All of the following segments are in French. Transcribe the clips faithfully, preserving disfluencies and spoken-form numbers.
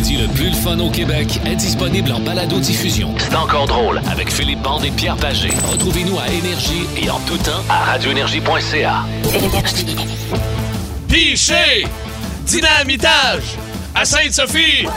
comédie le plus le fun au Québec est disponible en balado-diffusion. C'est encore drôle avec Philippe Bande et Pierre Pagé. Retrouvez-nous à Énergie et en tout temps à radio énergie point c a. Piché! Dynamitage! À Sainte-Sophie!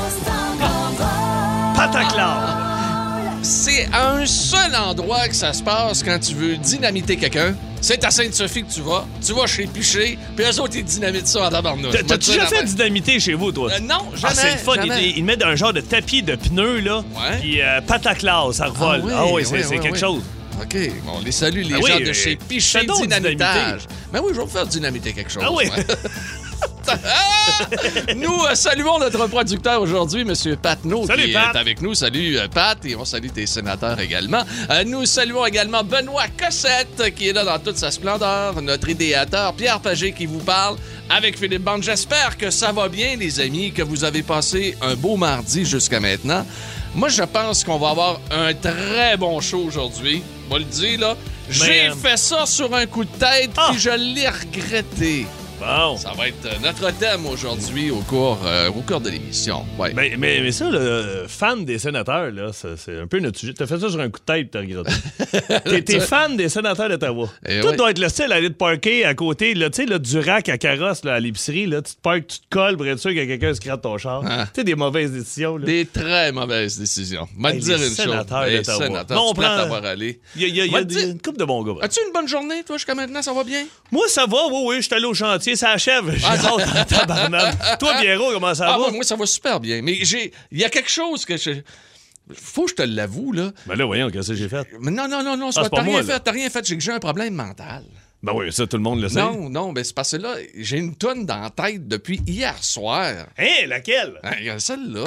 Pataclan! C'est à un seul endroit que ça se passe quand tu veux dynamiter quelqu'un. C'est à Sainte-Sophie que tu vas. Tu vas chez Piché, puis eux autres, ils dynamitent ça en tabarnouche. T'as-tu déjà fait dynamiter chez vous, toi? Euh, non, jamais. Ah, c'est le fun. Jamais. Ils, ils mettent un genre de tapis de pneus, là. Ouais. Puis euh, pataclan, ça revole. Ah oui, Ah oui, oui, c'est, oui, c'est oui, quelque oui. chose. OK, bon, on les salue, les Ah gens oui, de chez euh, Piché fais donc Dynamitage. dynamiter. Ben oui, je vais vous faire dynamiter quelque chose. Ah oui. Ouais. Ah! Nous euh, saluons notre producteur aujourd'hui, M. Patnaud, Salut, qui Pat. est avec nous. Salut, euh, Pat, et on salue tes sénateurs également. Euh, nous saluons également Benoît Cossette, qui est là dans toute sa splendeur, notre idéateur, Pierre Pagé, qui vous parle avec Philippe Bande. J'espère que ça va bien, les amis, que vous avez passé un beau mardi jusqu'à maintenant. Moi, je pense qu'on va avoir un très bon show aujourd'hui. On va le dire, là. J'ai Mais, euh... fait ça sur un coup de tête, Ah! puis je l'ai regretté. Bon. Ça va être notre thème aujourd'hui au cours, euh, au cours de l'émission. Ouais. Mais, mais, mais ça, le fan des sénateurs, là, ça, c'est un peu notre sujet. T'as fait ça sur un coup de tête, t'as regretté. T'es, t'es fan des sénateurs d'Ottawa. Eh Tout oui. doit être le style à aller te parker à côté, là, tu sais, là, du rack à carrosse là, à l'épicerie. Là, tu te parques, tu te colles pour être sûr que quelqu'un se gratte ton char. Ah. Tu sais, des mauvaises décisions. Là. Des très mauvaises décisions. Je vais te Hey, dire les une sénateurs chose. Les d'Ottawa. sénateurs, Non, on tu prêtes prend- à voir aller. Il y a, il y a- il y Va a te des- dire- une couple de bons gars. As-tu une bonne journée, toi, jusqu'à maintenant? Ça va bien? Moi, ça va, oui, oui, je suis allé au chantier, ça achève. J'ai Ah, ça- hâte en tabarnak. Toi, Pierrot, comment ça Ah, va? moi, moi, ça va super bien. Mais j'ai, il y a quelque chose que je... Faut que je te l'avoue, là. Ben là, voyons, qu'est-ce que j'ai fait? Mais non, non, non, non, c'est Ah, pas- c'est pas t'as rien moi, fait, là. t'as rien fait. J'ai que j'ai un problème mental. Ben oui, ça, tout le monde le sait. Non, non, ben c'est parce que là, j'ai une toune dans la tête depuis hier soir. Hein, laquelle? Hein, celle-là.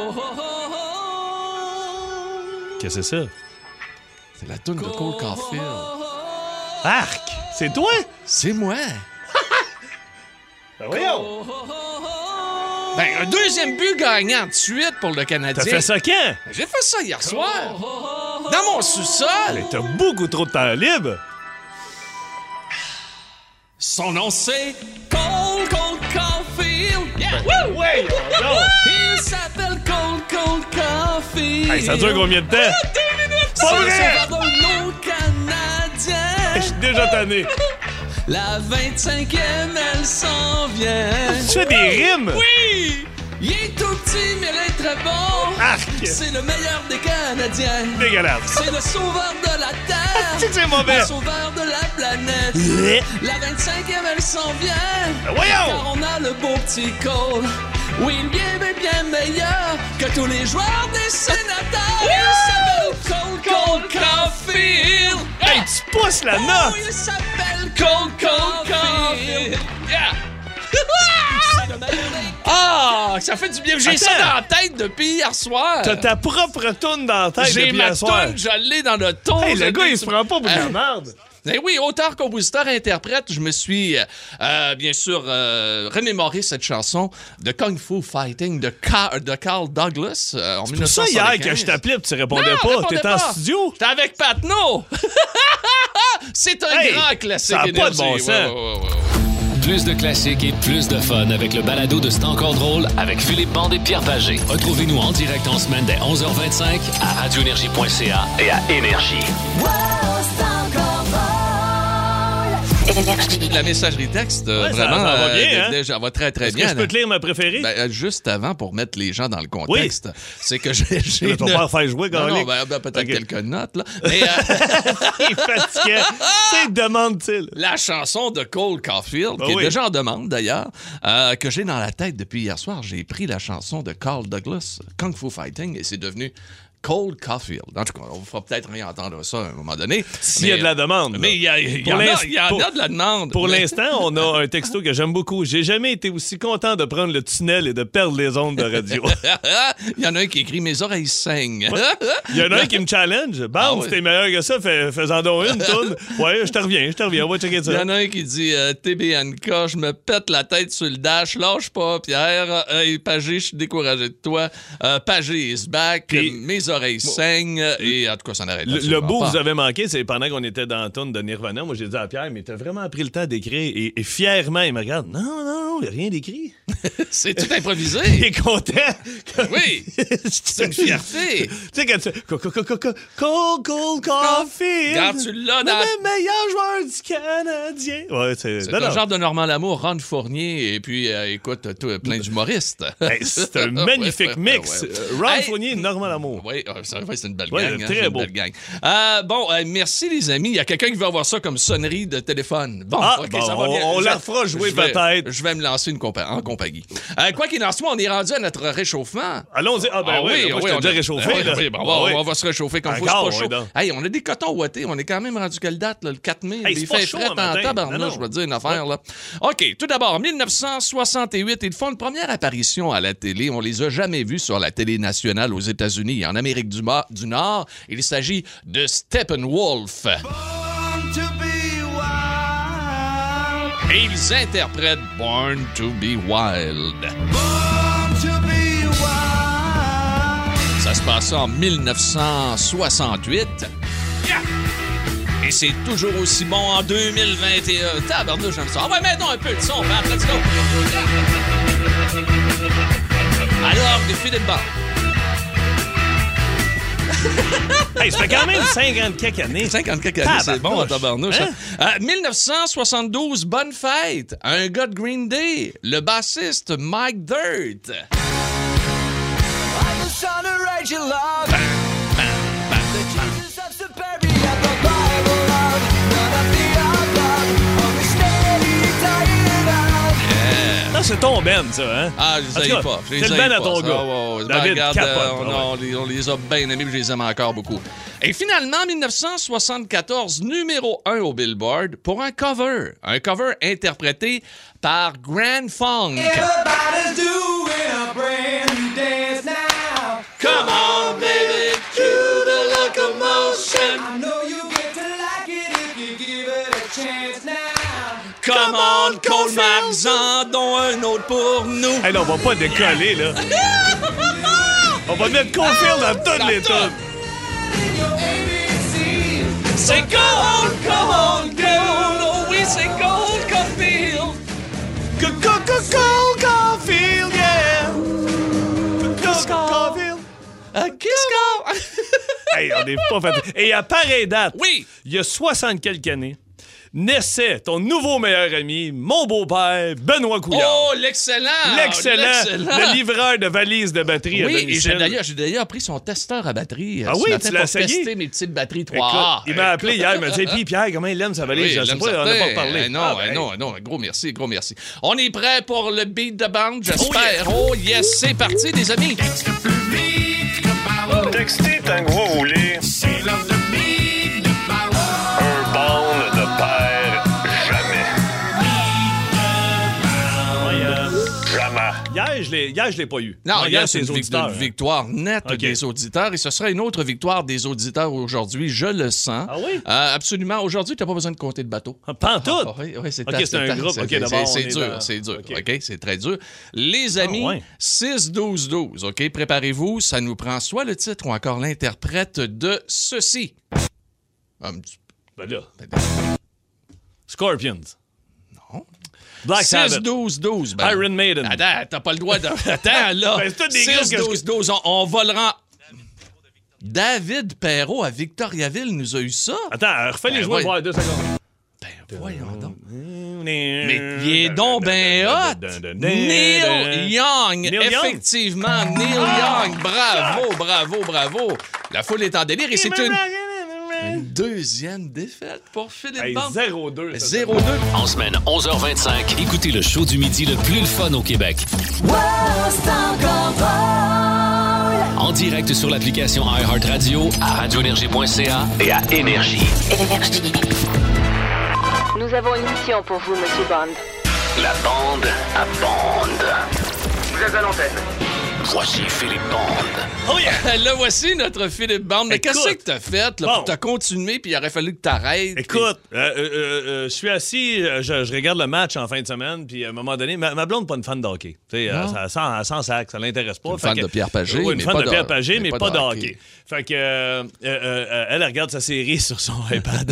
Qu'est-ce que c'est ça? C'est la toune de Cole Caulfield. Arc! C'est toi? C'est moi. Ben voyons! Ben, un deuxième but gagnant de suite pour le Canadien. T'as fait ça quand? J'ai fait ça hier soir. Dans mon sous-sol. Mais t'as beaucoup trop de temps libre. Son nom, c'est Cole, Cole Caulfield. Yeah. Woo! Ouais, Il s'appelle Cole, Cole Caulfield. Hey, ça dure combien de temps? Deux minutes. Pas C'est vrai! le sauveur de nos Canadiens. Je suis déjà tanné. La vingt-cinquième, elle s'en vient. Tu fais des rimes? Oui! Il est tout petit, mais il est très bon. Arc! C'est le meilleur des Canadiens. Dégueulasse. C'est le sauveur de la Terre. C'est que c'est mauvais. Le sauveur de la planète. Ouais. La vingt-cinquième, elle s'en vient. Ben voyons! Car on a le beau petit Cole. Oui, il est bien meilleur que tous les joueurs des sénateurs. Il s'appelle Cole, Cole Caulfield. Hey, tu pousses la Oh, note! il s'appelle Cole, Cole Caulfield. Yeah! C'est le meilleur des- Ah, ça fait du bien. J'ai ça Attends. dans la tête depuis hier soir. T'as ta propre toune dans la tête J'ai depuis ma hier soir. toune, je l'ai dans le ton. Hey, je le gars, l'ai il se sur- prend pas pour de la Euh, merde. Eh oui, auteur, compositeur, interprète, je me suis, euh, bien sûr, euh, remémoré cette chanson de Kung Fu Fighting de, Car- de Carl Douglas euh, en C'est pour ça hier que je t'appelais et tu répondais Non, pas. répondais T'étais en pas. studio. J'étais avec Patnaud. C'est un Hey, grand classique ça a pas de énergie. bon sens. Ouais, ouais, ouais, ouais. Plus de classiques et plus de fun avec le balado de C'est encore drôle avec Philippe Bande et Pierre Pagé. Retrouvez-nous en direct en semaine dès onze heures vingt-cinq à radio énergie point c a et à Énergie. La messagerie texte, euh, Ouais, ça- vraiment, ça va bien, euh, hein? déjà, va très, très Est-ce bien. que je peux te lire ma préférée? Ben, euh, juste avant, pour mettre les gens dans le contexte, c'est que j'ai... j'ai Je vais pas faire jouer, Non, non, Galic. ben, ben, peut-être Ok. quelques notes, là. Mais euh, Il est fatigué. Tu sais, demande-t-il. la chanson de Cole Caulfield, Ben qui oui. est déjà en demande d'ailleurs, euh, que j'ai dans la tête depuis hier soir, j'ai pris la chanson de Carl Douglas, Kung Fu Fighting, et c'est devenu Cole Caulfield. En tout cas, on va peut-être rien entendre ça à un moment donné. S'il y a Mais- de la demande. là. Mais il y, a- il y Pour en, a, l'inst- il y en pour- a de la demande. Pour Mais- l'instant, on a un texto que j'aime beaucoup. J'ai jamais été aussi content de prendre le tunnel et de perdre les ondes de radio. Il y en a un qui écrit « Mes oreilles saignent ». Il y en a un qui me challenge. Bam, Ah ouais. si t'es meilleur que ça, fais, fais-en donc une toune. Ouais, je te reviens, je te reviens. On va checker Il y ça. en a un qui dit euh, T B N K, je me pète la tête sur le dash, lâche pas, Pierre. Hey, Pagé, je suis découragé de toi. Euh, Pagé is back, Puis- mes oreilles saignent. Et en tout cas, ça n'arrête Le, le absolument bout que pas. vous avez manqué, c'est pendant qu'on était dans la toune de Nirvana. Moi, j'ai dit à Pierre, mais t'as vraiment pris le temps d'écrire. Et, et fièrement, il me regarde. Non, non, non, il n'y a rien d'écrit. C'est tout improvisé. Il est content. Oui, c'est une fierté. Tu sais, quand tu fais Cold, cold coffee. Quand tu l'as dans... Le meilleur joueur du Canadien. Ouais, c'est C'est non, un non. genre de Normand Lamour, Ron Fournier, et puis, euh, écoute, tout, plein d'humoristes. Hey, c'est un magnifique Ouais, ouais, mix. ouais, ouais. Ron Hey. Fournier et Normand Lamour. Oui, euh, c'est vrai, c'est une belle Ouais, gang. hein, très c'est une beau. belle gang. Euh, bon, euh, merci les amis. Il y a quelqu'un qui veut avoir ça comme sonnerie de téléphone. Bon, Ah, ok, bon, ça va on- bien. on Je- la fera jouer je vais- peut-être. Je vais me lancer une compa- en compagnie. Euh, quoi qu'il en soit, on est rendu à notre réchauffement. Allons-y. Ah, ben Ah oui, oui, moi, oui, je on t'ai a- déjà réchauffé. Oui, là. oui, bon, on, Ah, va, oui. on va se réchauffer comme faut, Encore, c'est oui, pas chaud. donc. Hey, on a des cotons ouatés. On est quand même rendu quelle date, là, le quatre mai? Hey, il c'est pas fait chaud fret un en matin. tabarnouche, Non, non. je vais te dire une affaire, là. OK, tout d'abord, en dix-neuf cent soixante-huit, ils font une première apparition à la télé. On les a jamais vus sur la télé nationale aux États-Unis et en Amérique du, Ma- du Nord. Il s'agit de Steppenwolf. Et ils interprètent Born to be Wild. Ça se passe en dix-neuf cent soixante-huit. Et c'est toujours aussi bon en deux mille vingt et un. Tabarnouche, j'aime ça. Ah ouais, mettons un peu de son, Pat. Let's go. Alors, des Philippe Bond. Hey, ça fait quand même cinquante quelques années. cinquante quelques années, c'est bon en Tabarnouche. tabarnouche. Hein? Euh, dix-neuf cent soixante-douze, bonne fête. Un gars de Green Day, le bassiste Mike Dirt. Non, c'est ton Ben, ça, hein? Ah, je En les tout haïs cas, pas. Je les c'est le haïs ben à pas, ton ça. gars. Ah, ouais, ouais. Ben, David regarde, capote, euh, on, ah ouais. on les, on les a bien aimés et je les aime encore beaucoup. Et finalement, dix-neuf cent soixante-quatorze, numéro un au Billboard pour un cover. Un cover interprété par Grand Funk. Come on, baby, cue the locomotion. Come on, Cole Marxan, dont un autre pour nous. Hey, là, on va pas décoller, là. On va mettre Caulfield dans toutes les tout. tunes. C'est gold, gold, gold. Oh oui, c'est gold, Caulfield. Go-go-go-go, Caulfield, yeah! Go-go-Caulfield. Uh, Kiss Hey, on est pas fait. Et à pareille date, Oui. il y a soixante quelques années, naissait ton nouveau meilleur ami, mon beau-père, Benoît Couillard. Oh, l'excellent. L'excellent, l'excellent. le livreur de valises de batterie à Oui, et domicile. j'ai d'ailleurs, j'ai d'ailleurs pris son testeur à batterie. euh, Ah ce oui, matin tu l'as pour essayé? tester mes petites batteries Écoute, trois A. il m'a appelé hier, il m'a dit « Puis Pierre, comment il aime sa valise? Oui, Je sais j'aime pas, on n'a certain. pas parlé. Eh non, Ah, eh ben, non, non, gros merci, gros merci. On est prêt pour le beat de bande, j'espère. Oh yes, c'est parti, les amis. Textez tant que vous voulez. Un bond ne perd jamais. ouais, euh, Jamais. Hier, je l'ai, hier, je l'ai pas eu. Non, Ouais, hier, c'est les une, vic- auditeurs, une hein. victoire nette Ok. des auditeurs et ce sera une autre victoire des auditeurs aujourd'hui, je le sens. Ah oui? Euh, absolument. Aujourd'hui, tu n'as pas besoin de compter de bateau. Ah, Pantoute? Ah, oui, oui, c'est Ok, ta- c'est un ta- groupe. c'est- Ok, c'est- d'abord, C'est on est dur, dans- c'est dur. Ok. OK, c'est très dur. Les amis, Ah, ouais. six douze douze, OK, préparez-vous, ça nous prend soit le titre ou encore l'interprète de ceci. Un petit- Ben là. Scorpions. Non. Black six Sabbath. douze douze. Ben, Iron Maiden. Attends, t'as pas le droit de... Attends, là. Ben, c'est tous des groupes six que je- douze douze, on, on va le rendre... David Perrault à Victoriaville nous a eu ça. Attends, refais les Ben, joueurs ouais. pour deux secondes. Ben, voyons donc. Mais Mais il est donc ben hot. Neil Young, Neil Young? effectivement, Neil Young. Bravo, bravo, bravo. La foule est en délire et c'est une, une deuxième défaite pour Philippe Hey, Bande. zéro deux. ça, zéro deux. En semaine, onze heures vingt-cinq, écoutez le show du midi le plus le fun au Québec. En direct sur l'application iHeartRadio, à radio énergie point c a et à Énergie. Nous avons une mission pour vous, Monsieur Bond. La bande à bande. Vous êtes à l'antenne. Voici Philippe Bande. Oh yeah! Là, voici notre Philippe Bande. Mais Écoute, qu'est-ce que t'as fait là, bon. pour te continuer, puis il aurait fallu que t'arrêtes? Écoute, euh, euh, euh, je suis assis, euh, je, je regarde le match en fin de semaine, puis à un moment donné, ma, ma blonde n'est pas une fan de hockey. Tu sais, euh, ça, ça, sans sac, ça l'intéresse pas. Une Fait fan que- de Pierre Pagé, Oui, une mais fan pas de de- Pierre Pagé, mais mais, pas pas de de hockey. hockey. Fait que euh, euh, euh, elle regarde sa série sur son iPad.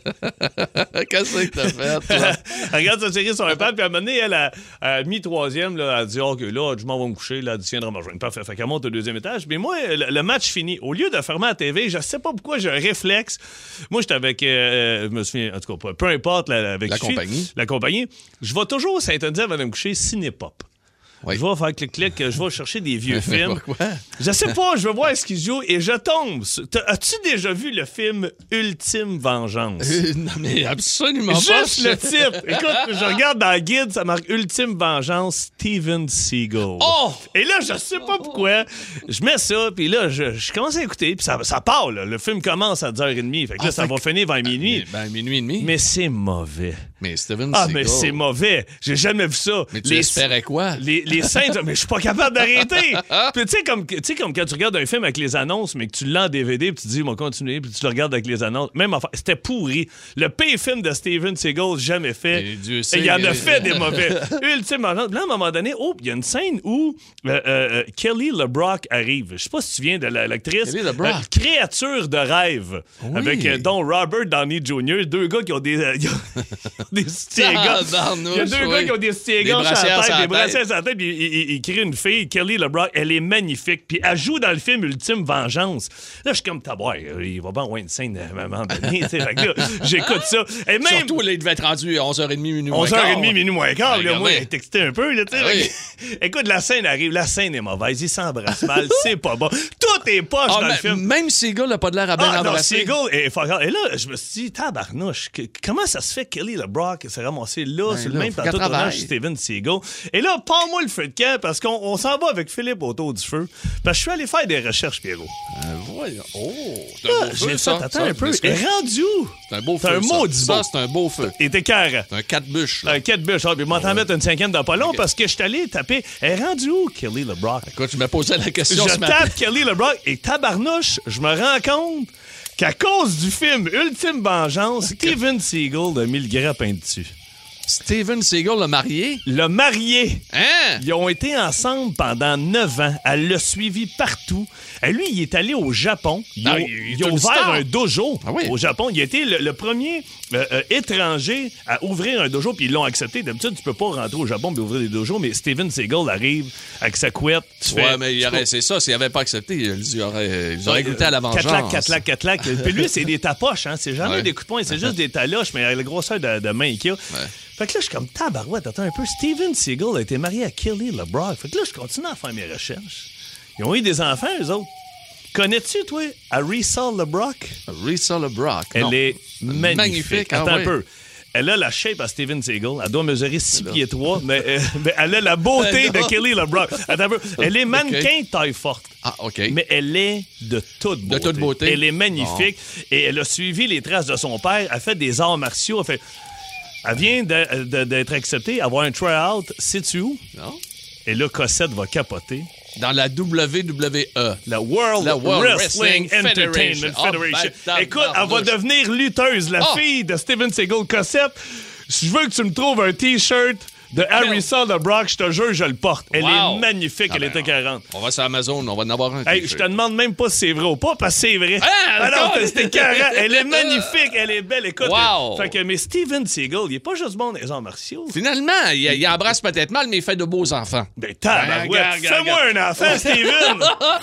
Qu'est-ce que t'as fait, là? Elle regarde sa série sur iPad, puis à un moment donné, elle a, a mis troisième, là, elle a dit OK, là, je m'en vais me coucher, là, elle dit, viendra me rejoindre. Parfait. Fait qu'elle monte au deuxième étage. Mais moi, le, le match fini. Au lieu de fermer la T V, je sais pas pourquoi j'ai un réflexe. Moi, j'étais avec, euh, je me souviens, en tout cas, peu, peu importe, là, avec La qui je suis, compagnie. La compagnie. Je vais toujours s'interdire avant de me coucher Cinépop. Oui. Je vais faire clic-clic, je vais chercher des vieux films. Pourquoi? Je sais pas, je vais voir ce qui se joue et je tombe. sur- T'as- As-tu déjà vu le film Ultime Vengeance? Euh, non, mais absolument pas. Juste le titre. Écoute, je regarde dans le guide, ça marque Ultime Vengeance, Steven Seagal. Oh! Et là, je sais pas pourquoi, je mets ça, puis là, je, je commence à écouter, puis ça, ça part, là. Le film commence à dix heures trente. Fait que là, Ah, ça fait va que- finir vers minuit. Ben, minuit et demi. Mais c'est mauvais. Mais Steven Ah, Seagal. mais c'est mauvais. J'ai jamais vu ça. Mais tu espérais quoi? Les, les scènes, mais je suis pas capable d'arrêter. Puis tu sais, comme, tu sais, comme quand tu regardes un film avec les annonces, mais que tu l'as en D V D, puis tu dis, on va continuer, puis tu le regardes avec les annonces. Même affaire. C'était pourri. Le pire film de Steven Seagal jamais fait. Et Dieu Et sait il y en a que- fait des mauvais. Ultime Vengeance. Là, à un moment donné, oh, il y a une scène où euh, euh, Kelly LeBrock arrive. Je sais pas si tu viens de la- l'actrice. Kelly LeBrock. Euh, créature de rêve. Oui. Avec euh, dont Robert Downey junior Deux gars qui ont des, euh, ils ont des stiégas. Tabarnouche, Il y a deux oui. gars qui ont des stiégas Des sur brassières la sur tête, la des tête. brassières sur la tête, puis il, il, il crée une fille, Kelly LeBrock. Elle est magnifique. Puis elle joue dans le film Ultime Vengeance. Là, je suis comme taboire. Il va pas avoir une scène à un moment donné. tu sais. Fait que là, j'écoute ça. Et même. Surtout, là, il devait être rendu à onze heures trente, minuit moins onze heures quart. trente, minuit moins quart. Ouais, Là, moi, regardez. elle est excitée un peu. Là, tu sais. Ah oui. Fait que- Écoute, la scène arrive. La scène est mauvaise. Ils s'embrassent mal. C'est pas bon. Tout est poche Ah, dans le mais- film. Même Seagal n'a pas de l'air à bien Ah non, embrasser. Seagal est fuck out. Et là, je me suis dit, tabarnouche, que- comment ça se fait que Kelly LeBrock s'est ramassé là, Ben sur le là, même faut plateau de qu'elle tournage travaille. Steven Seagal. Et là, pars-moi le feu de camp parce qu'on on s'en va avec Philippe autour du feu. Parce que je suis allé faire des recherches, Pierrot. Euh, voyons. Oh, c'est Là, un beau j'ai feu, fait, ça. attends ça, un peu. mais c'est Et rendu où? C'est un beau C'est feu. un ça. maudit Ça, beau. c'est un beau feu. Il était carré. C'est un quatre bûches, là. Un quatre bûches. Ah, puis moi, t'en mettre une cinquième dans pas long parce que je suis allé taper. Elle est rendue où, Kelly LeBrock? Écoute, je me posais la question ce Je matin. tape Kelly LeBrock et tabarnouche, je me rends compte qu'à cause du film Ultime Vengeance, Steven Seagal a mis le grappin dessus. Steven Seagal l'a marié. Le marié. Hein? Ils ont été ensemble pendant neuf ans. Elle l'a suivi partout. Et lui, il est allé au Japon. Il Ah, a, il- il est il a une ouvert star. un dojo Ah oui. au Japon. Il a été le, le premier euh, euh, étranger à ouvrir un dojo, puis ils l'ont accepté. D'habitude, tu peux pas rentrer au Japon et ouvrir des dojos, mais Steven Seagal arrive avec sa couette. Tu Ouais, fais- mais il tu aurait, c'est ça. S'il n'avait pas accepté, il aurait, il aurait Ouais, goûté à la vengeance. Catlac, catlac, catlac. Puis lui, c'est des tapoches, hein. C'est jamais Ouais. des coups de poing, c'est juste des taloches, mais avec la grosseur de, de main qu'il y a. Fait que là, je suis comme tabarouette, attends un peu. Steven Seagal a été marié à Kelly LeBrock. Fait que là, je continue à faire mes recherches. Ils ont eu des enfants, eux autres. Connais-tu, toi, Arisa LeBrock? Risa LeBrock. Elle non. est magnifique. Magnifique, ah Attends ouais. un peu. Elle a la shape à Steven Seagal. Elle doit mesurer six pieds trois, mais, euh, mais elle a la beauté de Non. Kelly LeBrock. Attends un peu. Elle est mannequin taille forte. Ah, OK. Mais elle est de toute beauté. toute beauté. Elle est magnifique. Et elle a suivi les traces de son père. Elle fait des arts martiaux. Elle, fait... elle vient de- de- d'être acceptée, avoir un try-out. Sais-tu où? Non? Et là, Cossette va capoter. Dans la W W E. La World, La World Wrestling, Wrestling Entertainment Federation. Federation. Oh, ben, Écoute, elle va tabarnouche. devenir lutteuse, la Oh. fille de Steven Seagal Cossette. Je veux que tu me trouves un T-shirt de Arisa LeBrock, je te jure, je le porte. Elle Wow. est magnifique, Ah elle ben, est écœurante. On va sur Amazon, on va en avoir un. Hey, t-shirt. je te demande même pas si c'est vrai ou pas, parce que c'est vrai. Ah, non, d'accord. c'était écœurant. Elle est magnifique, elle est belle. Écoute, Wow. fait que, mais Steven Seagal, il est pas juste bon dans les arts martiaux. Finalement, il, il embrasse peut-être mal, mais il fait de beaux enfants. Ben, tabarouette, regarde, regarde, fais-moi un enfant, Steven!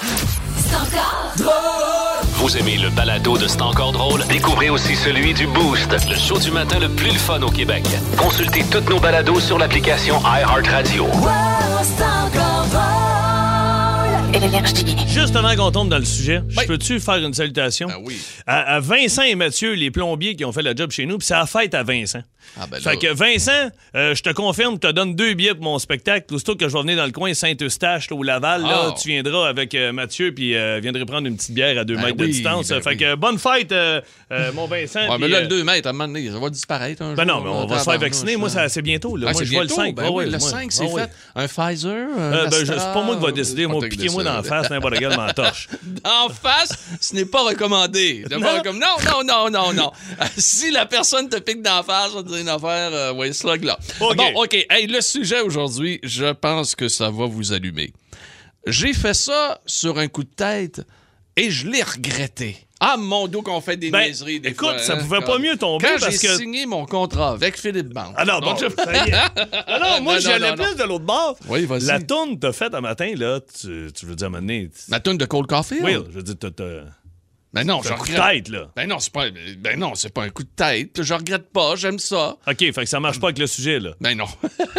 Vous aimez le balado de C'est encore drôle? Découvrez aussi celui du Boost, le show du matin le plus le fun au Québec. Consultez toutes nos balados sur l'application iHeartRadio. Énergie. Juste avant qu'on tombe dans le sujet, Oui. je peux-tu faire une salutation? Ben oui. À, à Vincent et Mathieu, les plombiers qui ont fait le job chez nous, puis c'est la fête à Vincent. Ah, ben là. Fait que Vincent, euh, je te confirme, je te donne deux billets pour mon spectacle. Aussitôt que je vais venir dans le coin Saint-Eustache, là, au Laval, là, Oh. tu viendras avec euh, Mathieu, puis euh, viendrai prendre une petite bière à deux Ben mètres de oui, distance. ben fait oui. que bonne fête, euh, euh, mon Vincent. Ouais, puis, mais là, euh, le deux mètres, à un moment donné, ça va disparaître. Un Ben jour, non, mais on là, va se faire tabarnouche, vacciner. Moi, là. ça, c'est bientôt. Là. Ah, moi, c'est je vois le bientôt? cinq. Ben Ah oui, ouais, le moi. cinq, c'est Ah ouais. fait. Un Pfizer, un Euh, ben, je- Astra, c'est pas moi qui va décider. Moi, pas que piquez-moi de dans la ça. face, n'importe quel m'entorche. En face, ce n'est pas recommandé. De pas recomm- Non, non, non, non, non. Si la personne te pique dans la face, on va te dire une affaire, euh, ouais, slug là. OK. Bon, OK. Hey, le sujet aujourd'hui, je pense que ça va vous allumer. J'ai fait ça sur un coup de tête et je l'ai regretté. Ah, mon dos qu'on fait des Ben, niaiseries des écoute, fois, ça hein, pouvait quand- pas mieux tomber Quand parce j'ai que- signé mon contrat avec Philippe Bande. Alors, bon, Donc, je- ça y est. Alors, moi, Non, j'y non, allais non, plus de l'autre bord. Oui, vas-y. La tourne t'as faite un matin, là, tu, tu veux dire, à un moment donné, tu- Ma toune de Cold Coffee? Oui, je veux dire, t'as, t'as- Ben non, c'est je un coup de regrette. tête, là. Ben non, c'est pas, ben non, c'est pas un coup de tête. Je regrette pas, j'aime ça. OK, fait que ça marche pas avec le sujet, là. Ben non.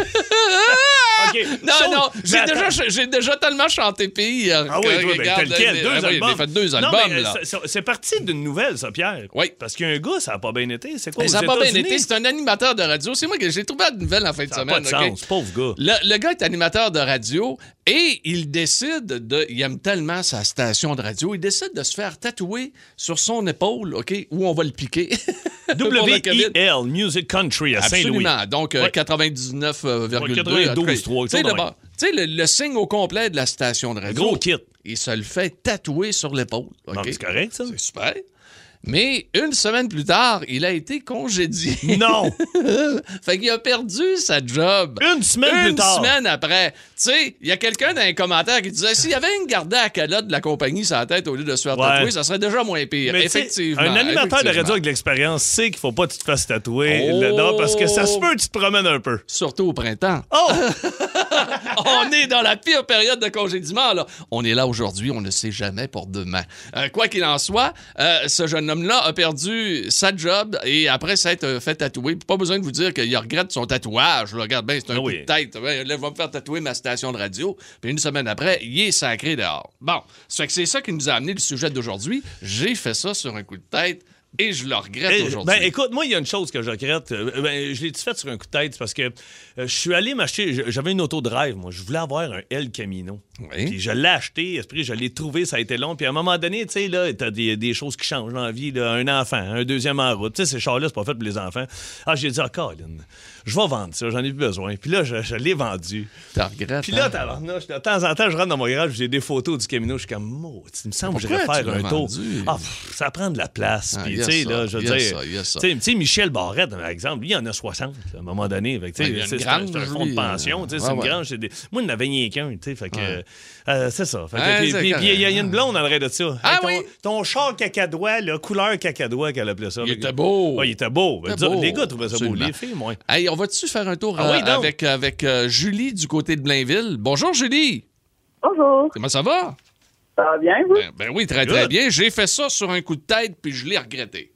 OK. Non, Chose- non, j'ai Mais déjà, attends. j'ai déjà tellement chanté pays. euh, Ah oui, que, toi, ben, regarde, t'as lequel? euh, Deux ah oui, albums? J'ai fait deux Non, albums, mais, euh, là. c'est- c'est- c'est parti d'une nouvelle, ça, Pierre. Oui. Parce qu'il y a un gars, ça a pas bien été. C'est quoi, Mais aux ça n'a pas bien États-Unis? été. C'est un animateur de radio. C'est moi que j'ai trouvé la nouvelle en fin de Ça n'a semaine. pas de OK? sens, pauvre gars. Le, le gars est animateur de radio et il décide de. Il aime tellement sa station de radio, il décide de se faire tatouer sur son épaule, OK, où on va le piquer. Pour le W COVID. I L, Music Country à Saint-Louis. Absolument. Donc, euh, Ouais. quatre-vingt-dix-neuf virgule deux. Ouais, quatre-vingt-douze, en tout cas, trois, Tu sais, quelque chose le, de même. tu sais, le, le signe au complet de la station de radio. Gros kit. Il se le fait tatouer sur l'épaule. OK? Non, mais c'est correct, ça? C'est super. Mais une semaine plus tard, il a été congédié. Non! Fait qu'il a perdu sa job. Une semaine Une plus tard. semaine après. Tu sais, il y a quelqu'un dans les commentaires qui disait s'il y avait une gardée à calotte de la compagnie sur la tête au lieu de se faire Ouais. tatouer, ça serait déjà moins pire. Mais tu sais, Effectivement. un animateur de effectivement. radio avec de l'expérience sait qu'il faut pas que tu te fasses tatouer Oh! là-dedans parce que ça se peut que tu te promènes un peu. Surtout au printemps. Oh! On est dans la pire période de congédiement, là. On est là aujourd'hui, on ne sait jamais pour demain. Euh, quoi qu'il en soit, euh, ce jeune homme-là a perdu sa job et après s'être fait tatouer. Pas besoin de vous dire qu'il regrette son tatouage. Là. Regarde bien, c'est un Ah coup oui. de tête. Ouais, là, je vais me faire tatouer ma station de radio. Puis une semaine après, il est sacré dehors. Bon, ça fait que c'est ça qui nous a amené le sujet d'aujourd'hui. J'ai fait ça sur un coup de tête et je le regrette Eh, aujourd'hui. ben, écoute, moi, il y a une chose que je regrette. Euh, ben, je l'ai fait sur un coup de tête c'est parce que euh, je suis allé m'acheter. J'avais une auto de rêve, moi. Je voulais avoir un El Camino. Oui. Puis je l'ai acheté, esprit, je l'ai trouvé, ça a été long. Puis à un moment donné, tu sais, là, t'as des, des choses qui changent dans la vie. Là. Un enfant, un deuxième en route. Tu sais, ces chars-là, c'est pas fait pour les enfants. Ah, j'ai dit, ah, Colin, je vais vendre ça, j'en ai plus besoin. Puis là, je, je l'ai vendu. T'en regrettes, Puis là, hein? tabarnouche, de temps en temps, je rentre dans mon garage, j'ai des photos du Camino, je suis comme, oh, il me semble que Pourquoi j'irais tu faire l'as un tour. vendu? Ah, pff, ça prend de la place. Ah, Puis, il y a tu sais, ça, là, je veux il y a dire, ça, il y a ça. tu sais, tu sais, Michel Barrette, par exemple, lui, il en a soixante, là, à un moment donné. Fait que, tu sais, Ouais, il y a une c'est c'est un, grange, c'est un fonds de lui, pension, euh, tu sais, ouais, c'est une ouais. grange. c'est Des... Moi, il n'en avait rien qu'un, tu sais, fait que, Ouais. euh, c'est ça. Fait que, Ouais, puis, c'est puis, puis, il y a correct. une blonde en arrière de ça. Ah ton, oui? ton char cacadois, là, couleur cacadois qu'elle appelait ça. Il Fait que- était beau. Ouais, il était beau. Il était Dire, beau, Les gars trouvaient ça beau. absolument. Les filles, moi. Hey, on va-tu faire un tour Ah euh, oui, donc. avec, avec euh, Julie du côté de Blainville? Bonjour, Julie. Bonjour, Comment ça va? ça va bien, vous? Ben, ben oui, très, très Good. bien. J'ai fait ça sur un coup de tête, puis je l'ai regretté.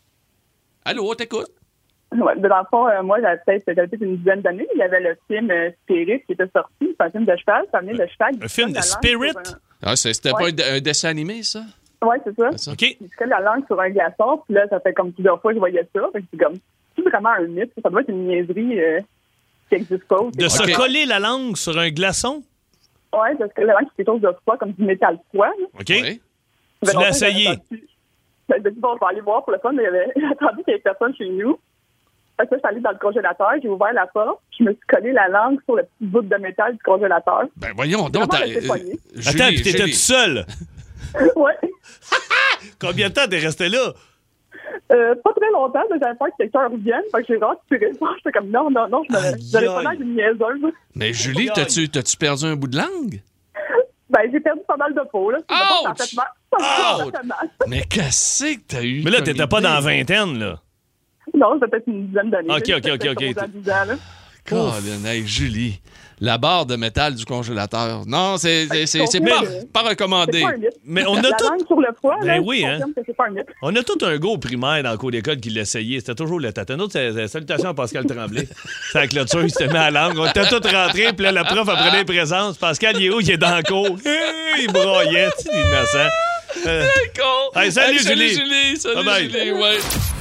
Allô, t'écoutes? Ouais, dans le fond, euh, moi, j'avais peut-être j'avais peut-être une dizaine d'années. Il y avait le film euh, Spirit qui était sorti. C'est un film de cheval. Ça venait de cheval. Un film de La langue Spirit? sur un- Ah, c'est- c'était Ouais. pas un, de- un dessin animé, ça? Ouais, c'est ça. C'est ça? OK. Il se colle la langue sur un glaçon. Puis là, ça fait comme plusieurs fois que je voyais ça. Fait que c'est comme, c'est vraiment un mythe. Ça doit être une niaiserie euh, qui n'existe pas. De Ok. se coller la langue sur un glaçon? Ouais, parce que la langue, c'est quelque chose de froid, comme du métal froid. là. OK. Oui. Ça fait Tu l'as longtemps que essayé? j'avais attendu. Ben, je me dis, bon, je vais aller voir pour le fun, mais il y avait j'ai attendu qu'il y ait personne chez nous. Fait que là, je suis allée dans le congélateur, j'ai ouvert la porte, je me suis collé la langue sur le petit bout de métal du congélateur. Ben voyons donc. Vraiment t'as- resté poigné. euh, Attends, Julie, puis t'étais Julie. tout seul. Ouais. Combien de temps t'es resté là? Euh, pas très longtemps, mais j'avais peur que quelqu'un revienne. Fait que j'ai retiré ça. J'étais comme, non, non, non, je me- Aïe, j'avais pas aïe. l'air d'une niaiseuse. Mais Julie, t'as-tu, t'as-tu perdu un bout de langue? Ben, j'ai perdu pas mal de peau, là. Ça m'a Ouch! pas fait mal. Ça m'a Ouch! pas fait mal. Mais qu'est-ce que t'as eu? Mais là, comme t'étais pas idée? dans la vingtaine, là. Non, c'était peut-être une dizaine d'années. Ok, là. ok, ok, J'étais ok. comme à dix ans, là. Colin, hey, Julie. La barre de métal du congélateur. Non, c'est, c'est, c'est, c'est confirme, pas, euh, pas C'est recommandé. pas un mythe. Mais on a La tout- langue sur le froid, Ben là, oui, je hein. confirme que c'est pas un mythe. On a tout un go primaire dans le cours d'école qui l'essayait. C'était toujours le tata. Nous, c'est salutations à Pascal Tremblay. C'est la clôture, il s'était mis à la langue. On était tous rentrés, puis là, la prof apprenait les présences. Pascal, il est où? Il est dans le cours. Hey, il broyait, tu sais, l'innocent. Euh... con. Hey, salut, hey, salut Julie. Julie. Salut Bye-bye. Julie, ouais.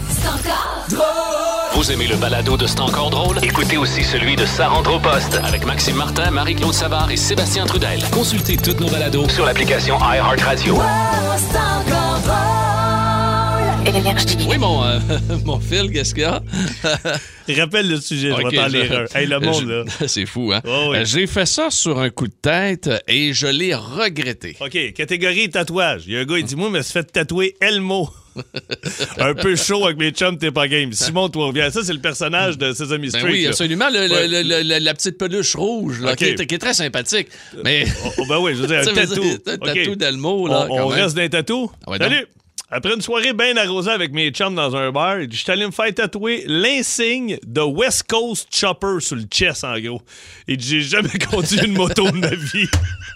Vous aimez le balado de C'est encore drôle? Écoutez aussi celui de Sa rentre au poste avec Maxime Martin, Marie-Claude Savard et Sébastien Trudel. Consultez toutes nos balados sur l'application iHeartRadio. Oui, mon, euh, mon Phil, qu'est-ce qu'il y a? Rappelle le sujet, je Ok, vais t'en je- lire un. Hey, le monde, je- là. C'est fou, hein? Oh, oui. Euh, J'ai fait ça sur un coup de tête et je l'ai regretté. OK, catégorie tatouage. Il y a un gars, il dit, moi, je me suis fait tatouer Elmo. Un peu chaud avec mes chums, t'es pas game. Simon, toi, reviens. Ça, c'est le personnage de Sesame Ben Street. oui, là. absolument. Le- le- Ouais. le- le- le- la petite peluche rouge, là, Ok. qui, est, qui est très sympathique. Mais. Oh, oh, ben oui, je veux dire, un Ça veut tatou. dire, un OK. tatou d'Elmo, là. On, quand on même. reste d'un tatou. Ah ouais, Salut! Après une soirée bien arrosée avec mes chums dans un bar, je suis allé me faire tatouer l'insigne de West Coast Chopper sur le chest, en gros. Et j'ai jamais conduit une moto de ma vie.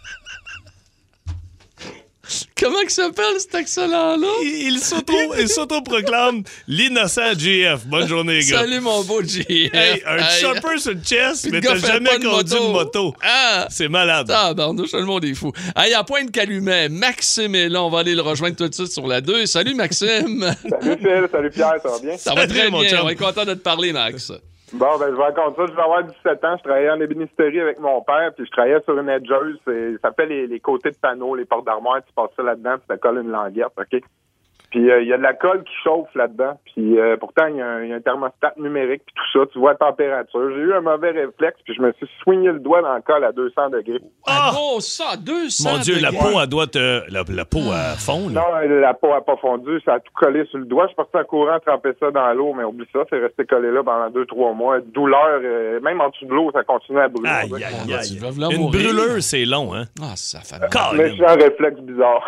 Comment il s'appelle cet excellent-là? Il, il s'auto- il s'auto-proclame l'innocent J F. Bonne journée, les gars. Salut, mon beau J. Hey, un Hey. chopper sur le chest, Puis mais le gars t'as fait jamais pas de conduit moto. une moto. Ah! C'est malade. Ah, pardon, le monde est fou. Hey, à Pointe-Calumet, Maxime est là. On va aller le rejoindre tout de suite sur la deux. Salut, Maxime. Salut Phil, salut Pierre, ça va bien? Ça va Salut, très mon bien. chum. On est content de te parler, Max. Bon, ben je vous raconte ça. Je vais avoir dix-sept ans. Je travaillais en ébénisterie avec mon père, puis je travaillais sur une edgeuse. C'est- Ça fait les, les côtés de panneaux, les portes d'armoire. Tu passes ça là-dedans, puis ça colle une languette, OK? Puis euh, il y a de la colle qui chauffe là-dedans. Puis euh, pourtant, il y, a un- il y a un thermostat numérique, puis tout ça. Tu vois la température. J'ai eu un mauvais réflexe, puis je me suis soigné le doigt dans le colle à deux cents degrés. Ah, oh, ça, deux cents Mon Dieu, la degrés. peau, elle doit te... La, la peau, elle fond, là. Non, la peau a pas fondu. Ça a tout collé sur le doigt. Je suis parti en courant tremper ça dans l'eau, mais oublie ça. C'est resté collé là pendant deux, trois mois. Douleur, euh, même en dessous de l'eau, ça continue à brûler. Aïe, On dirait aïe, que- aïe. Tu vas vouloir Une mourir. brûleuse, c'est long, hein? Ah, ça fait mal. Mais je suis un réflexe bizarre.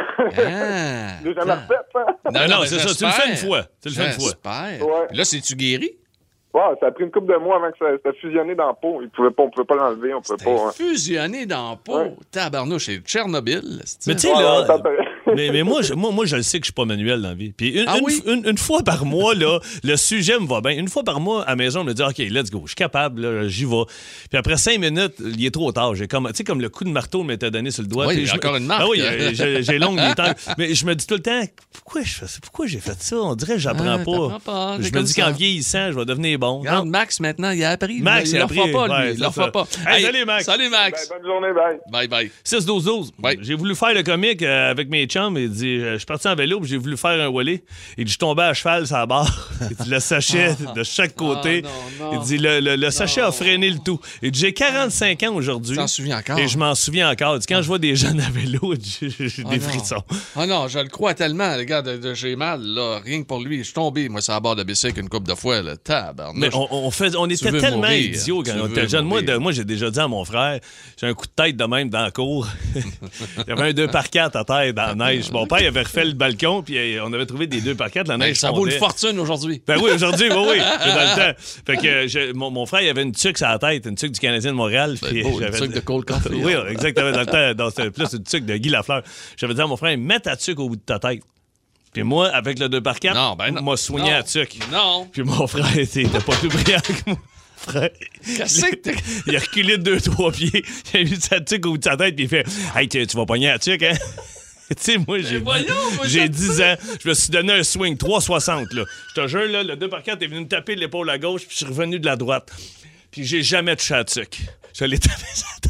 Ah. J'ai jamais refait ça. Non, non, mais c'est ça. Tu le fais une fois. Tu le fais une fois. J'espère. Ouais. Là, c'est-tu guéri? Ouais, ça a pris une couple de mois avant que ça, ça fusionné dans la peau. Il pouvait pas, on pouvait pas l'enlever, on pouvait C'était pas. hein. fusionné dans la peau. Ouais. Tabarnouche, c'est Tchernobyl. c'est-tu? Mais tu sais, Ouais, là... ouais, ça peut- mais, mais moi, je, moi, moi, je le sais que je suis pas manuel dans la vie. Puis une, Ah une, oui? une, une fois par mois, là, le sujet me va bien. Une fois par mois, à la maison, on me dit, OK, let's go, je suis capable, là, j'y vais. Puis après cinq minutes, il est trop tard. J'ai comme, tu sais, comme le coup de marteau m'était donné sur le doigt. Oui, Puis je me- encore une marque. Ah oui, euh, j'ai, j'ai longue les temps. Mais je me dis tout le temps, pourquoi je fais ça? Pourquoi j'ai fait ça? On dirait que j'apprends Ah, pas. t'apprends pas, Je c'est me comme dis ça. qu'en vieillissant, je vais devenir bon. Regarde, Non. Max, maintenant, il a appris. Max, il il a ne le fera appris. pas, lui. Ouais, il c'est le fera ça. pas. Hey, salut, Max. Salut, Max. Ben, bonne journée, bye. Bye, bye. six douze douze. Ouais. J'ai voulu faire le comique euh, avec mes chums. Il dit, euh, je suis parti en vélo puis j'ai voulu faire un wallé. Il dit, je tombais à cheval sur la barre. Il dit, le sachet de chaque côté. Ah, non, non. Il dit, le, le, le sachet a freiné le tout. Il dit, j'ai quarante-cinq ans aujourd'hui. Tu t'en souviens encore? Et je m'en souviens encore. Il dit, quand je vois des jeunes à vélo, j'ai j'ai Ah, des non. frissons. Ah non, je le crois tellement, les gars, de, de- j'ai mal, là, rien que pour lui. Je suis tombé, moi, sur la barre de bicycle une couple de fois, là. Tabarnouche. Mais on, on, fait, on était veux tellement mourir. idiots quand Tu on veux était jeunes. Moi, mourir. de- moi, j'ai déjà dit à mon frère, j'ai un coup de tête de même dans la cour. Il y avait un deux par quatre à terre dans la neige. Mon père il avait refait le balcon, puis euh, on avait trouvé des deux par quatre. La Hey, neige ça vaut une fondait. fortune aujourd'hui. Ben oui, aujourd'hui, oui, oui. C'est dans le temps. Fait que euh, je- mon, mon frère, il avait une tuque sur la tête, une tuque du Canadien de Montréal. Ben puis beau, une j'avais- tuque de Cole Caulfield. Oui, exactement. Dans le temps, dans ce- plus une tuque de Guy Lafleur. J'avais dit à mon frère, mets ta tuque au bout de ta tête. Puis moi, avec le deux par quatre, Non, ben non. m'a soigné Non. la tuque. Non. Puis mon frère, il était pas plus brillant que moi. Frère. Qu'est-ce que t'es- Il a reculé de deux, trois pieds. Il a mis sa tuque au bout de sa tête, puis il fait Hey, tu, tu vas pogner la tuque, hein? Tu sais, moi, j'ai voyons, moi, j'ai ça- dix ans. Je me suis donné un swing trois cent soixante, là. Je te jure, là, le deux par quatre est venu me taper de l'épaule à gauche, puis je suis revenu de la droite. Puis j'ai jamais touché à la tuque. Je l'ai tapé sur la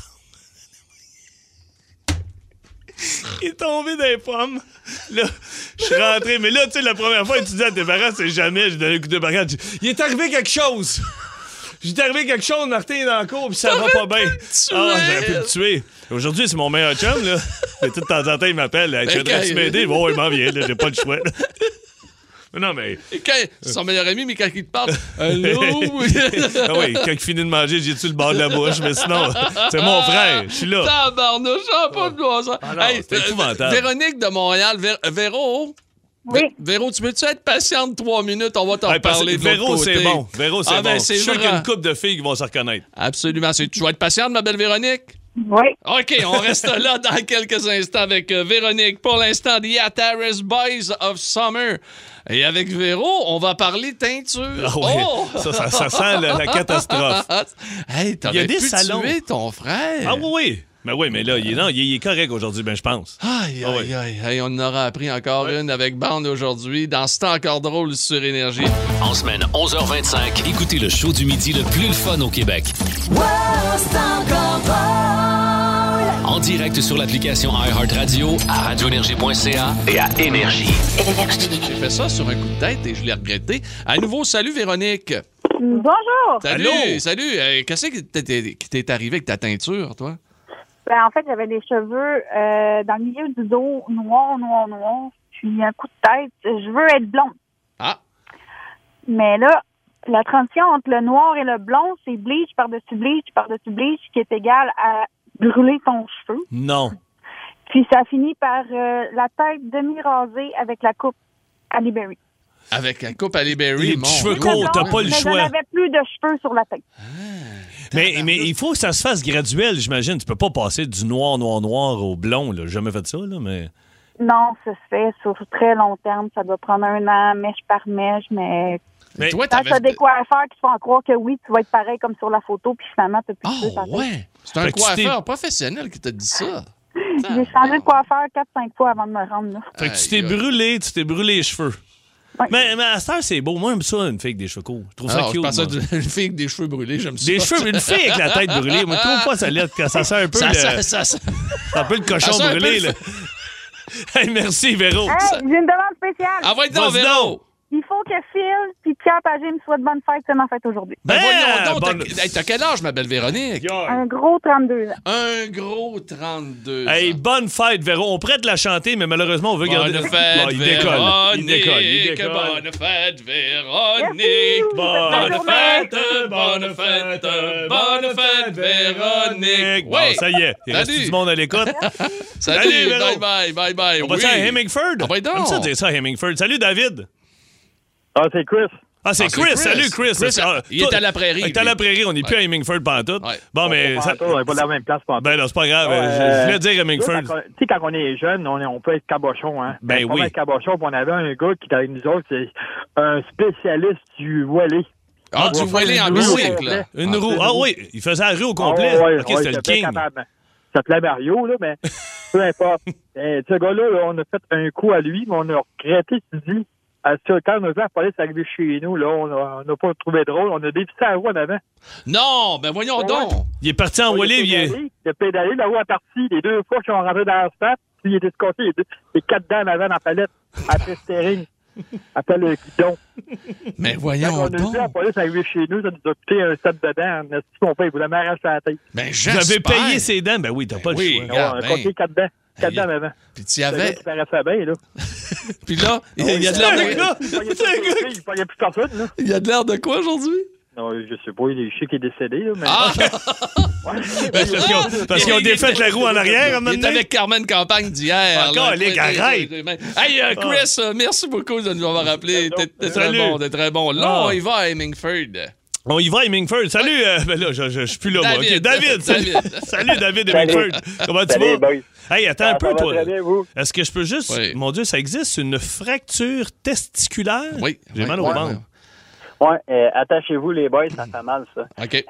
tempe. Il est tombé dans les pommes. Là, je suis rentré. Mais là, tu sais, la première fois, tu dis à tes parents, c'est jamais, j'ai donné un coup de deux par quatre. Je dis, il est arrivé quelque chose. Il est arrivé quelque chose, Martin est dans le cours, puis ça va pas bien. Ah, j'aurais pu le tuer. Aujourd'hui, c'est mon meilleur chum, là. Mais tout de temps en temps, il m'appelle. Hey, tu voudrais-tu quand- m'aider? Bon, il m'en vient, là. J'ai pas le choix. Mais non, mais. Et quand, c'est son meilleur ami, mais quand il te parle, allô? Ah oui, quand il finit de manger, j'ai-tu le bord de la bouche? Mais sinon, c'est mon frère. Je suis là. Tabarnouche, ça a pas de bon sens. Ah non, c'est épouvantable. Véronique de Montréal, Vé- Véro? Oui. Vé- Véro, tu peux-tu être patiente trois minutes? On va t'en Hey, parce que parler de l'autre Véro, côté. c'est bon. Véro, c'est Ah, ben, bon. c'est Je suis sûr qu'il y a vrai. une couple de filles qui vont se reconnaître. Absolument. C'est- Tu vas être patiente, ma belle Véronique? Oui. OK, on reste là dans quelques instants avec euh, Véronique. Pour l'instant, The Ataris Boys of Summer. Et avec Véro, on va parler teinture. Ah oui, Oh! ça, ça, ça sent la, la catastrophe. Hey, t'aurais Il y a des pu salons. tuer ton frère. Ah oui, oui. Ben oui, mais là, il est, non, il est correct aujourd'hui, ben je pense. Aïe, Ah aïe, oui. aïe, aïe. On en aura appris encore Ouais. une avec Bande aujourd'hui. Dans ce temps encore drôle sur Énergie. En semaine, onze heures vingt-cinq, écoutez le show du midi le plus le fun au Québec. En direct sur l'application iHeartRadio, à radio énergie point c a et à Énergie. J'ai fait ça sur un coup de tête et je l'ai regretté. À nouveau, salut Véronique. Bonjour! Salut, Allô? salut. Euh, Qu'est-ce qui t'est- qui t'est arrivé avec ta teinture, toi? Ben, en fait, j'avais des cheveux euh, dans le milieu du dos, noir, noir, noir. Puis un coup de tête, je veux être blonde. Ah, Mais là, la transition entre le noir et le blond, c'est bleach par-dessus bleach par-dessus bleach qui est égal à brûler ton cheveu. Non. Puis ça finit par euh, la tête demi-rasée avec la coupe Halle Berry. avec la coupe Halle Berry. Les mon petits cheveux Dieu. courts, t'as pas le Mais choix. je n'avais plus de cheveux sur la tête. Mais, mais il faut que ça se fasse graduel, j'imagine. Tu peux pas passer du noir, noir, noir au blond. Là. J'ai jamais fait ça, là, mais... Non, ça se fait sur très long terme. Ça doit prendre un an, mèche par mèche, mais Mais toi, quand t'avais... tu as des coiffeurs qui te font croire que oui, tu vas être pareil comme sur la photo, puis finalement, tu n'as plus de cheveux sur la Oh, tête. ouais. C'est un Fait que tu coiffeur t'es- professionnel qui t'a dit ça. J'ai changé de coiffeur quatre cinq fois avant de me rendre là. Fait que tu Aïe, t'es aïe. brûlé, tu t'es brûlé les cheveux. Ouais. Mais, mais à cette heure, c'est beau. Moi, j'aime ça, une fille avec des cheveux courts. Je trouve ça Alors, je cute. pensais moi. d'une fille avec des cheveux brûlés, j'aime ça. Des cheveux, une fille avec la tête brûlée. Moi, je trouve pas ça laide quand ça sent un peu, Ça, le, ça, ça, ça. un peu le cochon ça sent un peu brûlé. le- Là. Hey, merci, Véro. Hey, j'ai une demande spéciale. Ah, va être donc, Vas-y Véro. donc. Il faut que Phil puis Pierre Pagé me souhaitent bonne fête, c'est ma fête aujourd'hui. Ben, voyons donc, bonne- t'as- hey, t'as quel âge, ma belle Véronique? Un gros trente-deux ans. Un gros trente-deux Hey, ans. bonne fête, Véro. On prête la chanter, mais malheureusement, on veut garder... Bonne fête, Bon, il décolle. Il décolle, il Véronique. décolle. Bonne fête, Véronique. Merci. Bonne Bonne fête, bonne fête, bonne fête, Véronique. Bon, Oui. ça y est. Il reste Salut. du monde à l'écoute. Salut, Salut, Véro. bye bye, bye bye. On va oui. dire à Hemingford? Ah, ben donc. Comme ça, dire ça à Hemingford. Salut, David. Ah, c'est Chris. Ah, c'est Ah, c'est Chris. Chris. Salut, Chris. Chris, Ah, il toi- est à la prairie, Il est à lui. la prairie. On n'est plus Ouais. à Hemingford pantoute. Ouais. Bon, mais... ça- On n'est pas dans la même place. pas en tout. Ben non, c'est pas grave. Ouais, Je- je voulais dire Tu sais, Hemingford. quand on- tu sais, quand on est jeune, on, est- on peut être cabochon, hein. Ben on oui. peut être cabochon, puis on avait un gars qui était avec nous autres, c'est un spécialiste du volet. Ah, On tu va vois faire les en une bicycle, roue. là. Une Ah, roue. c'est Ah une oui, il faisait la rue au complet. Ah, ouais, OK, ouais, c'était le c'était king. capable. Ça s'appelait Mario, là, mais peu importe. Et ce gars-là, là, on a fait un coup à lui, mais on a regretté, tu dis. À ça, quand on a vu la police arriver chez nous, là, on a- on n'a pas trouvé drôle. On a dévissé la roue en avant. Non, ben voyons Ouais. donc. Il est parti en On Wallis. a Il est... pédalé, il a pédalé, la roue est partie. Les deux fois qu'ils sont rentrés dans l'asphalte, puis il était escorté, les, deux- les quatre dents en avant dans la palette, après steering, après le guidon. Mais Quand voyons on a donc. vu la police arriver chez nous, ça nous a coûté un set dedans. On a dit qu'on fait, il voulait m'arracher la tête. Ben, Vous j'espère. avez payé ses dents. Ben oui, t'as pas oui. le choix. Regarde, on a ben. compté quatre dents. Quatre Hey, dents en avant. Puis tu y C'est le avais... gars qui paraissait bien, là. Puis là, il y a de c'est l'air un de... gars. Il pognait C'est un plus gars. de- il pognait plus personne, là. Il y a de l'air de quoi aujourd'hui? Non, je sais pas, il est, je sais qu'il est décédé, là, mais... Ah! Ouais. Ben, c'est parce qu'ils ont, parce qu'ils ont Il- défait il- la roue en arrière, à un moment Il est donné. avec Carmen Campagne d'hier. Encore, là. Ligue, arrête. Hey, euh, Chris, euh, merci beaucoup de nous avoir rappelé. T'es t'es très Salut. bon, t'es très bon. Là, Ah. on y va à Hemingford. On y va à Hemingford. Salut. euh, ben là, je, je, je suis plus là, moi. David. OK, David. Salut, David. salut David Salut. Hemingford. Comment tu Salut, vas? boys. Hey, attends un Ça peu, va toi. très bien, vous? Est-ce que je peux juste... Oui. Mon Dieu, ça existe, une fracture testiculaire? Oui. J'ai oui, mal au ouais, ventre. Ouais, euh, attachez-vous, les boys, ça fait mal, ça. ouais. OK.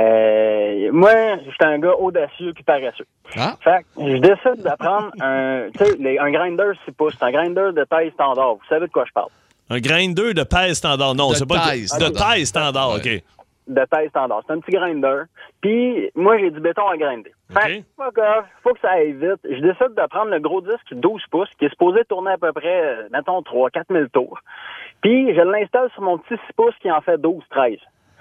Euh, moi, j'étais un gars audacieux puis paresseux. Ah, Fait que je décide d'apprendre un, tu sais, les- un grinder, c'est pas, c'est un grinder de taille standard. Vous savez de quoi je parle? Un grinder de pèse standard. Non, De c'est pas... taille de standard. taille standard, OK. Ouais. De taille standard. C'est un petit grinder. Puis, moi, j'ai du béton à grinder. Fait que, pas grave, faut que ça aille vite. Je décide de prendre le gros disque douze pouces, qui est supposé tourner à peu près, euh, mettons, trois à quatre mille tours. Puis, je l'installe sur mon petit six pouces qui en fait douze treize.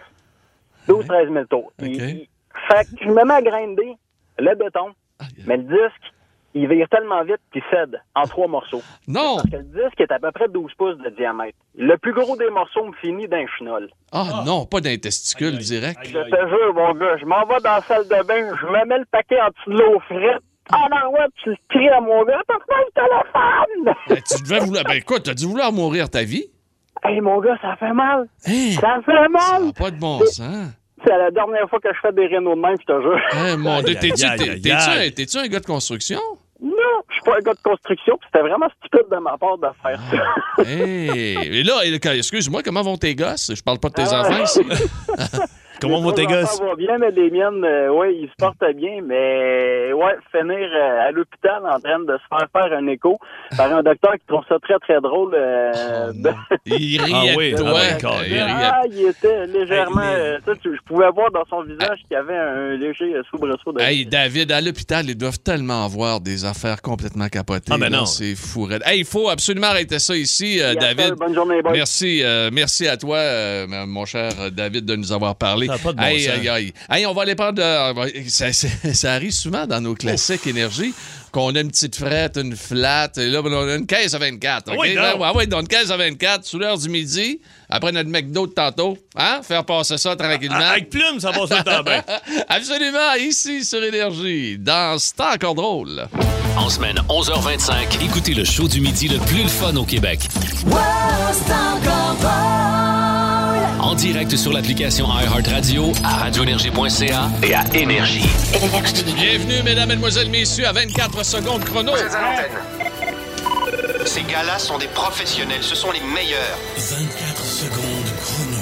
douze à treize mille tours. OK. Il- il- fait que je me mets à grinder le béton, Ah, yeah. mais le disque, il vire tellement vite qu'il cède en trois morceaux. non. Parce que le disque est à peu près douze pouces de diamètre. Le plus gros des morceaux me finit d'un chenol. Ah, non, pas d'un testicule direct. Je te jure, mon gars, je m'en vais dans la salle de bain, je me mets le paquet en dessous de l'eau frette. Ah non, ouais, tu cries à mon gars, t'as pas le téléphone! Ben, tu devais vouloir... Ben, écoute, t'as dû vouloir mourir ta vie? Hey, mon gars, ça fait mal! Hein? Ça fait Ça mal! n'a pas de bon sens. C'est la dernière fois que je fais des rénaux de même, je te jure. Hein, mon Dieu, Aïe, t'es-tu aïe, t'es- aïe, t'es-tu aïe. un- t'es-tu un gars de construction? Non, je suis pas un gars de construction, puis c'était vraiment stupide de ma part de faire ça. Hey! Et là, et là, excuse-moi, comment vont tes gosses? Je parle pas de tes Ah. enfants ici. Comment vont tes trois gosses? enfants vont bien, mais les miennes, euh, oui, ils se portent bien, mais ouais, finir euh, à l'hôpital en train de se faire faire un écho par un docteur qui trouve ça très, très drôle. Euh, de... Il riait Ah oui, de ah toi. ouais, quand Il même. riait. Ah, il était légèrement... Hey, les- euh, ça, tu- je pouvais voir dans son visage qu'il y avait un léger euh, soubresaut de... Hey, David, à l'hôpital, ils doivent tellement avoir des affaires complètement capotées. Ah, ben là, non. C'est fou. raide. Hey, il faut absolument arrêter ça ici, euh, Yes, David. sir. Bonne journée, boys. Merci, euh, merci à toi, euh, mon cher David, de nous avoir parlé. Ça a pas de bon Hey, sens. aïe, aïe. Hey, on va aller prendre. de- Ça, ça- ça arrive souvent dans nos classiques énergie qu'on a une petite frette, une flat. Et là, on a une caisse à vingt-quatre. OK? Oui, non. Ah oui, donc une caisse à vingt-quatre, sous l'heure du midi, après notre McDo de tantôt. Hein? Faire passer ça tranquillement. Avec plume, ça passe tout le temps bien. Absolument, ici sur Énergie, dans C'est encore drôle. En semaine onze heures vingt-cinq, écoutez le show du midi le plus le fun au Québec. En direct sur l'application iHeartRadio, à radio énergie point c a et à Énergie. Bienvenue, mesdames, mesdemoiselles, messieurs, à vingt-quatre secondes chrono. Ces gars-là sont des professionnels, ce sont les meilleurs. vingt-quatre secondes chrono.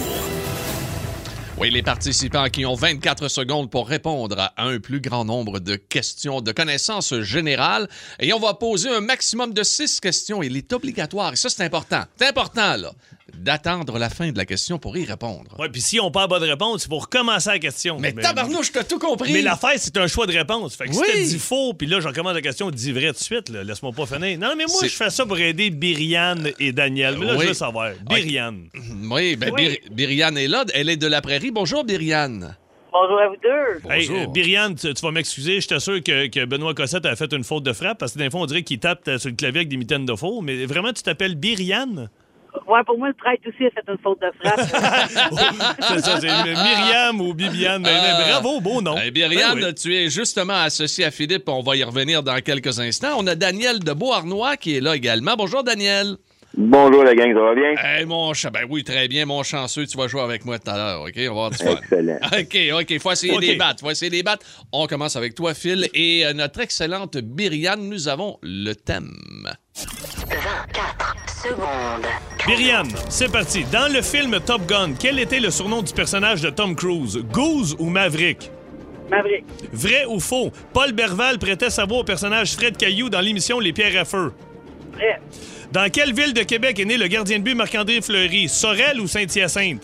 Oui, les participants qui ont vingt-quatre secondes pour répondre à un plus grand nombre de questions de connaissances générales. Et on va poser un maximum de six questions. Il est obligatoire, et ça, c'est important. C'est important, là, d'attendre la fin de la question pour y répondre. Ouais, puis si on pas la bonne réponse, il faut recommencer la question. Mais tabarnouche, t'as tout compris! Mais l'affaire, c'est un choix de réponse. Fait que Oui. si t'as dit faux, puis là, je recommence la question, dis vrai tout de suite, là. Laisse-moi pas finir. Non, mais moi, C'est- je fais ça pour aider Byriane et Daniel. Mais là, Oui. je veux savoir. Byriane. Oui, ben, Oui. Bir- Byriane est là. Elle est de la Prairie. Bonjour, Byriane. Bonjour à vous deux. Hey, Bonjour. euh, Byriane, tu, tu vas m'excuser, j'étais sûr que, que Benoît Cossette a fait une faute de frappe, parce que d'un fond, on dirait qu'il tape euh, sur le clavier avec des mitaines de faux. Mais vraiment, tu t'appelles Byriane? Ouais, pour moi, le prêtre aussi a fait une faute de frappe. C'est ça, c'est Myriam ou Bibiane. Mais, mais Ah. bravo, beau nom. Eh bien, Byriane, Ben oui. tu es justement associé à Philippe. On va y revenir dans quelques instants. On a Daniel de Beauharnois qui est là également. Bonjour, Daniel. Bonjour la gang, ça va bien? Hey, mon ch... Ben oui, très bien, mon chanceux. Tu vas jouer avec moi tout à l'heure, OK? On va avoir du fun. Excellent. OK, OK. Faut essayer OK. des battes. Faut essayer des battes. On commence avec toi, Phil. Et euh, notre excellente Byriane, nous avons le thème. vingt-quatre secondes. Byriane, c'est parti. Dans le film Top Gun, quel était le surnom du personnage de Tom Cruise? Goose ou Maverick? Maverick. Vrai ou faux? Paul Berval prêtait sa voix au personnage Fred Caillou dans l'émission Les Pierres à feu. Vrai. Dans quelle ville de Québec est né le gardien de but Marc-André Fleury? Sorel ou Saint-Hyacinthe?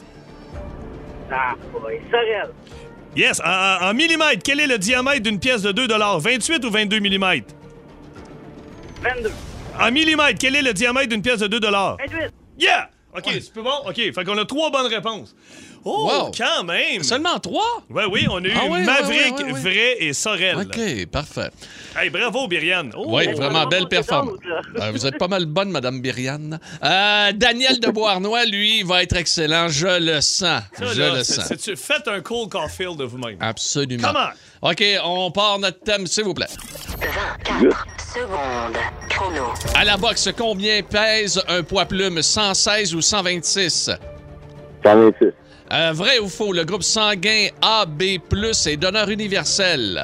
Ah, oui. Sorel. Yes. En, en millimètres, quel est le diamètre d'une pièce de deux dollars? vingt-huit ou vingt-deux millimètres? vingt-deux. En millimètres, quel est le diamètre d'une pièce de deux dollars? vingt-huit. Yeah! OK, c'est plus bon? OK, fait qu'on a trois bonnes réponses. Oh, Wow. quand même! Seulement trois? Ouais, oui, on a eu Ah oui, Maverick, oui, oui, oui, oui. Vrai et Sorel. OK, parfait. Hey, bravo, Byriane. Oh, Oui, Oh, vraiment oh, belle oh, performance. c'est drôle, ça. Euh, vous êtes pas mal bonne, Madame Byriane. Euh, Daniel de Beauharnois, lui, va être excellent. Je le sens. ça, Je là, le c'est- sens. c'est-tu- Faites un Cole Caulfield de vous-même. Absolument. Come on! OK, on part notre thème, s'il vous plaît. vingt-quatre secondes. Chrono. À la boxe, combien pèse un poids plume? cent seize ou cent vingt-six? cent vingt-six. Euh, vrai ou faux, le groupe sanguin A B plus est donneur universel.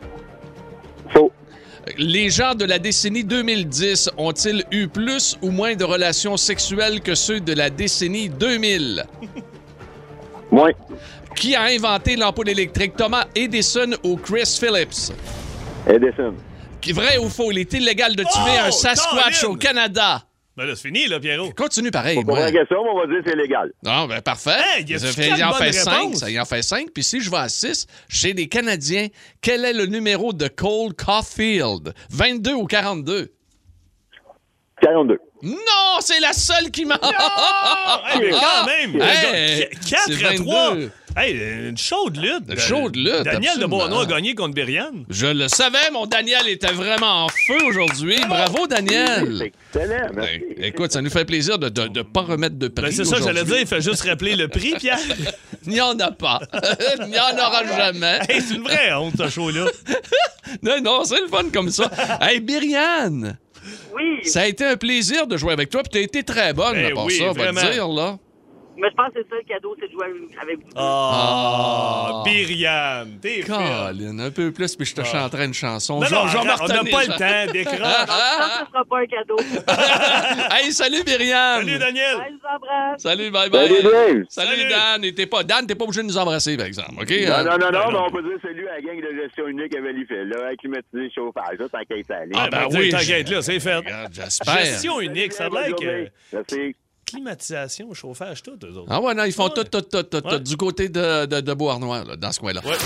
Faux. Les gens de la décennie deux mille dix ont-ils eu plus ou moins de relations sexuelles que ceux de la décennie deux mille? Moins. Qui a inventé l'ampoule électrique, Thomas Edison ou Chris Phillips? Edison. Qui- Vrai ou faux, il est illégal de tuer Oh, un Sasquatch Colin! au Canada? Ben là, c'est fini, là, Pierrot. Continue pareil, Pour moi. la question, on va dire que c'est légal. Non, ben parfait. Hey, y a-tu ça fait, quatre il en bonnes fait cinq. réponses? Ça y en fait cinq. Puis si je vais à six, chez les Canadiens, quel est le numéro de Cole Caulfield? vingt-deux ou quarante-deux? quarante-deux. Non, c'est la seule qui m'a... Hey, mais quand même! Hey, quatre c'est à trois! vingt-deux. Hey, une chaude lutte! Une chaude lutte, Daniel de absolument. Beauharnois a gagné contre Byriane. Je le savais, mon Daniel était vraiment en feu aujourd'hui. Bravo, Daniel. C'est excellent, merci. Ben, écoute, ça nous fait plaisir de ne pas remettre de prix. Ben, c'est ça, j'allais aujourd'hui. dire, il fait juste rappeler le prix, Pierre. Il n'y en a pas. Il n'y en aura jamais. Hey, c'est une vraie honte, ce show-là. Non, non, c'est le fun comme ça. Hey, Byriane, Oui. ça a été un plaisir de jouer avec toi, puis tu as été très bonne Eh à part oui, ça, on va vraiment. te dire, là. Mais je pense que c'est ça le cadeau, c'est de jouer avec vous. Ah, Myriam, t'es Colin, un peu plus, puis je te chanterai une chanson. Non, Je- non, je vais me on n'a retenir. pas le temps, d'écran. Ça ne sera pas un cadeau. Hey, salut Myriam! Salut, Daniel! Je vous embrasse. Salut, bye bye! Salut, Dave. Salut, Salut. Dan! Et t'es pas, Dan, t'es pas obligé de nous embrasser, par exemple, OK? Non, Euh, non, non, non, Ben mais non. on peut dire salut à la gang de gestion unique à Valleyfield, là, climatisé, chauffage, ça, tant qu'à être allé. Ah, ben ben oui, oui, t'inquiète, là, c'est fait. Regarde, j'espère. Gestion unique, ça a l'air que... Merci. Climatisation, chauffage, tout, eux autres. Ah ouais, non, ils font tout, tout, tout, tout, tout, Ouais. du côté de, de, de Beauharnois, là, dans ce coin-là. Ouais.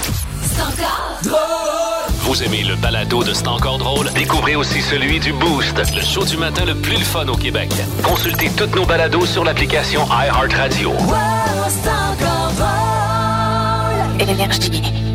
Vous aimez le balado de C'est encore drôle? Découvrez aussi celui du Boost, le show du matin le plus le fun au Québec. Consultez toutes nos balados sur l'application iHeartRadio. Énergie.